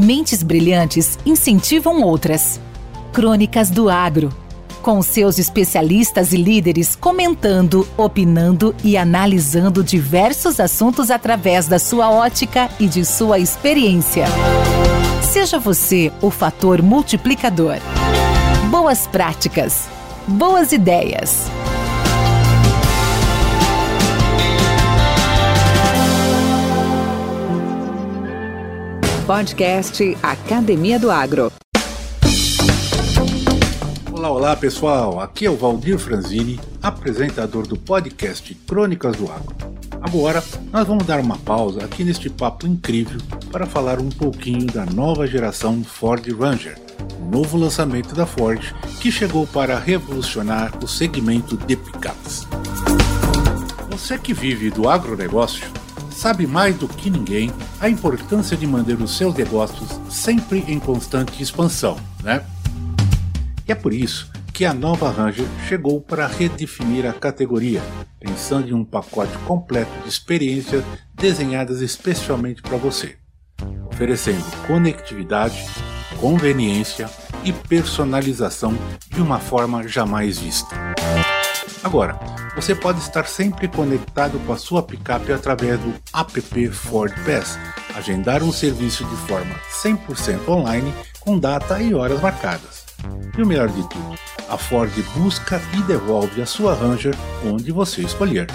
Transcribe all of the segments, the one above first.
Mentes brilhantes incentivam outras. Crônicas do Agro, com seus especialistas e líderes comentando, opinando e analisando diversos assuntos através da sua ótica e de sua experiência. Seja você o fator multiplicador. Boas práticas, boas ideias. Podcast Academia do Agro. Olá pessoal, aqui é o Valdir Franzini, apresentador do podcast Crônicas do Agro. Agora nós vamos dar uma pausa aqui neste papo incrível para falar um pouquinho da nova geração Ford Ranger, o novo lançamento da Ford que chegou para revolucionar o segmento de picapes. Você que vive do agronegócio sabe mais do que ninguém a importância de manter os seus negócios sempre em constante expansão, né? E é por isso que a nova Ranger chegou para redefinir a categoria, pensando em um pacote completo de experiências desenhadas especialmente para você, oferecendo conectividade, conveniência e personalização de uma forma jamais vista. Agora, você pode estar sempre conectado com a sua picape através do app Ford Pass, agendar um serviço de forma 100% online com data e horas marcadas. E o melhor de tudo, a Ford busca e devolve a sua Ranger onde você escolher.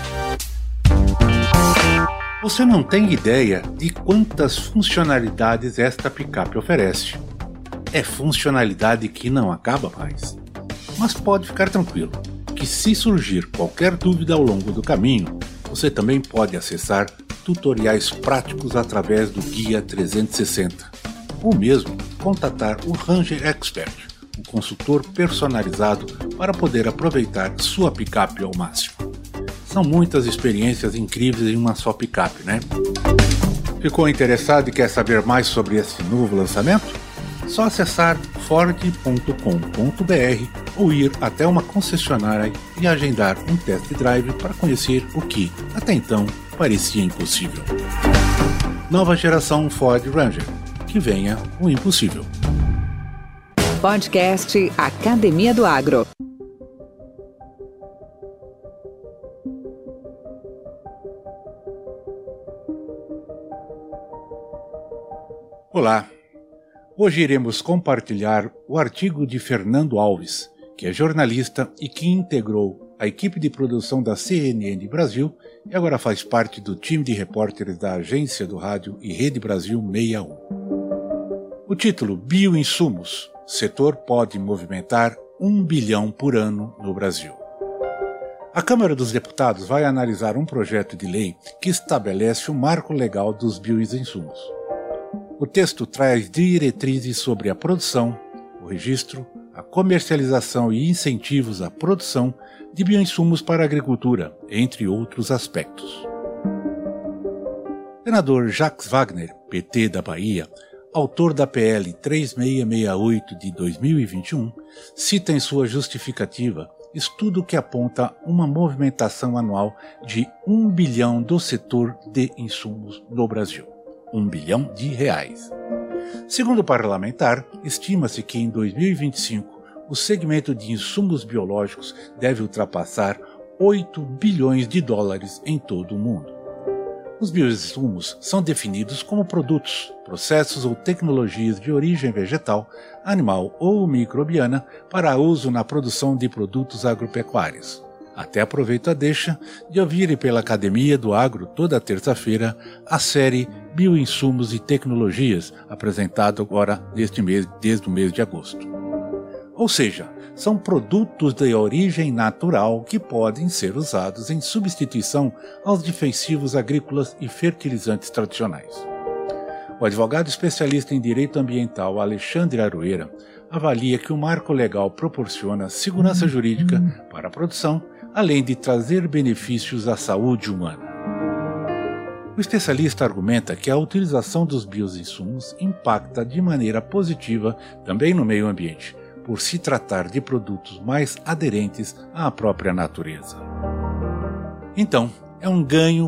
Você não tem ideia de quantas funcionalidades esta picape oferece. É funcionalidade que não acaba mais. Mas pode ficar tranquilo, que se surgir qualquer dúvida ao longo do caminho, você também pode acessar tutoriais práticos através do Guia 360, ou mesmo contatar o Ranger Expert, um consultor personalizado para poder aproveitar sua picape ao máximo. São muitas experiências incríveis em uma só picape, né? Ficou interessado e quer saber mais sobre esse novo lançamento? Só acessar ford.com.br ou ir até uma concessionária e agendar um test drive para conhecer o que, até então, parecia impossível. Nova geração Ford Ranger. Que venha o impossível. Podcast Academia do Agro. Olá! Hoje iremos compartilhar o artigo de Fernando Alves, que é jornalista e que integrou a equipe de produção da CNN Brasil e agora faz parte do time de repórteres da Agência do Rádio e Rede Brasil 61. O título Bioinsumos. Setor pode movimentar 1 bilhão por ano no Brasil. A Câmara dos Deputados vai analisar um projeto de lei que estabelece o marco legal dos bioinsumos. O texto traz diretrizes sobre a produção, o registro, a comercialização e incentivos à produção de bioinsumos para a agricultura, entre outros aspectos. O senador Jacques Wagner, PT da Bahia, autor da PL 3668 de 2021, cita em sua justificativa estudo que aponta uma movimentação anual de 1 bilhão do setor de insumos no Brasil. 1 bilhão de reais. Segundo o parlamentar, estima-se que em 2025 o segmento de insumos biológicos deve ultrapassar 8 bilhões de dólares em todo o mundo. Os bioinsumos são definidos como produtos, processos ou tecnologias de origem vegetal, animal ou microbiana para uso na produção de produtos agropecuários. Até aproveito a deixa de ouvir pela Academia do Agro toda terça-feira a série Bioinsumos e Tecnologias, apresentada agora desde o mês de agosto. Ou seja, são produtos de origem natural que podem ser usados em substituição aos defensivos agrícolas e fertilizantes tradicionais. O advogado especialista em direito ambiental Alexandre Aroeira avalia que o marco legal proporciona segurança jurídica para a produção, além de trazer benefícios à saúde humana. O especialista argumenta que a utilização dos bioinsumos impacta de maneira positiva também no meio ambiente, por se tratar de produtos mais aderentes à própria natureza. Então, é um ganho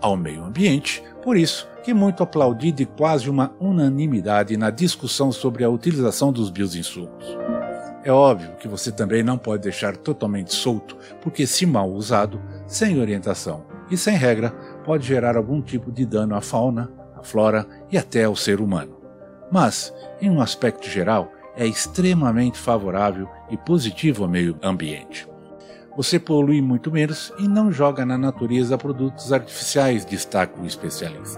ao meio ambiente, por isso que muito aplaudido e quase uma unanimidade na discussão sobre a utilização dos bioinsumos. É óbvio que você também não pode deixar totalmente solto, porque se mal usado, sem orientação e sem regra, pode gerar algum tipo de dano à fauna, à flora e até ao ser humano. Mas, em um aspecto geral, é extremamente favorável e positivo ao meio ambiente. Você polui muito menos e não joga na natureza produtos artificiais, destaca o especialista.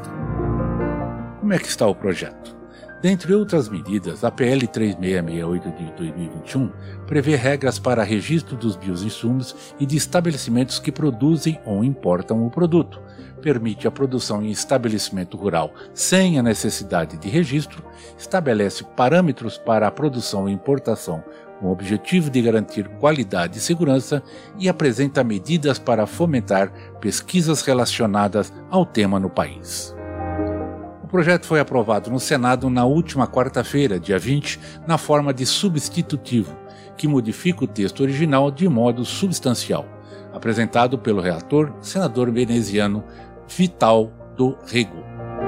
Como é que está o projeto? Dentre outras medidas, a PL 3668 de 2021 prevê regras para registro dos bioinsumos e de estabelecimentos que produzem ou importam o produto, permite a produção em estabelecimento rural sem a necessidade de registro, estabelece parâmetros para a produção e importação com o objetivo de garantir qualidade e segurança e apresenta medidas para fomentar pesquisas relacionadas ao tema no país. O projeto foi aprovado no Senado na última quarta-feira, dia 20, na forma de substitutivo, que modifica o texto original de modo substancial, apresentado pelo relator, senador veneziano Vital do Rego.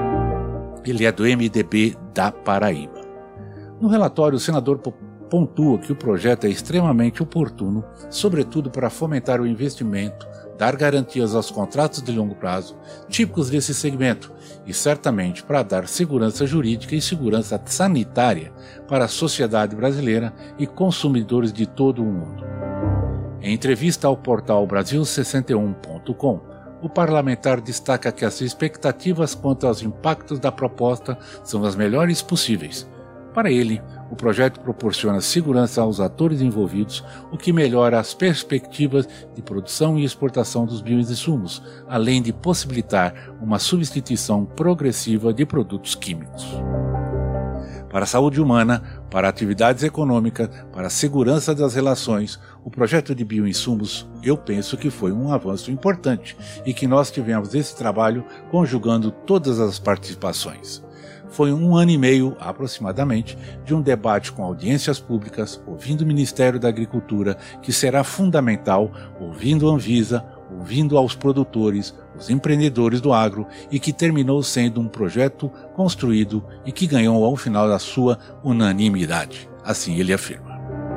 Ele é do MDB da Paraíba. No relatório, o senador pontua que o projeto é extremamente oportuno, sobretudo para fomentar o investimento, dar garantias aos contratos de longo prazo, típicos desse segmento, e certamente para dar segurança jurídica e segurança sanitária para a sociedade brasileira e consumidores de todo o mundo. Em entrevista ao portal Brasil61.com, o parlamentar destaca que as expectativas quanto aos impactos da proposta são as melhores possíveis. Para ele, o projeto proporciona segurança aos atores envolvidos, o que melhora as perspectivas de produção e exportação dos bioinsumos, além de possibilitar uma substituição progressiva de produtos químicos. Para a saúde humana, para atividades econômicas, para a segurança das relações, o projeto de bioinsumos eu penso que foi um avanço importante e que nós tivemos esse trabalho conjugando todas as participações. Foi 1 ano e meio, aproximadamente, de um debate com audiências públicas, ouvindo o Ministério da Agricultura, que será fundamental, ouvindo a Anvisa, ouvindo aos produtores, os empreendedores do agro, e que terminou sendo um projeto construído e que ganhou ao final da sua unanimidade. Assim ele afirma.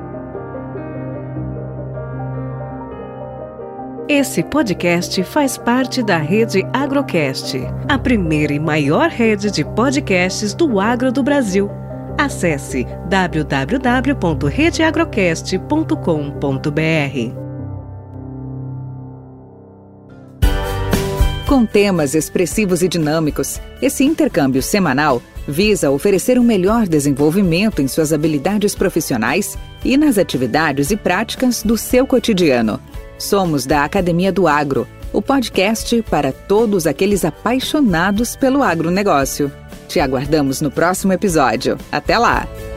Esse podcast faz parte da rede Agrocast, a primeira e maior rede de podcasts do agro do Brasil. Acesse www.redeagrocast.com.br. Com temas expressivos e dinâmicos, esse intercâmbio semanal visa oferecer um melhor desenvolvimento em suas habilidades profissionais e nas atividades e práticas do seu cotidiano. Somos da Academia do Agro, o podcast para todos aqueles apaixonados pelo agronegócio. Te aguardamos no próximo episódio. Até lá!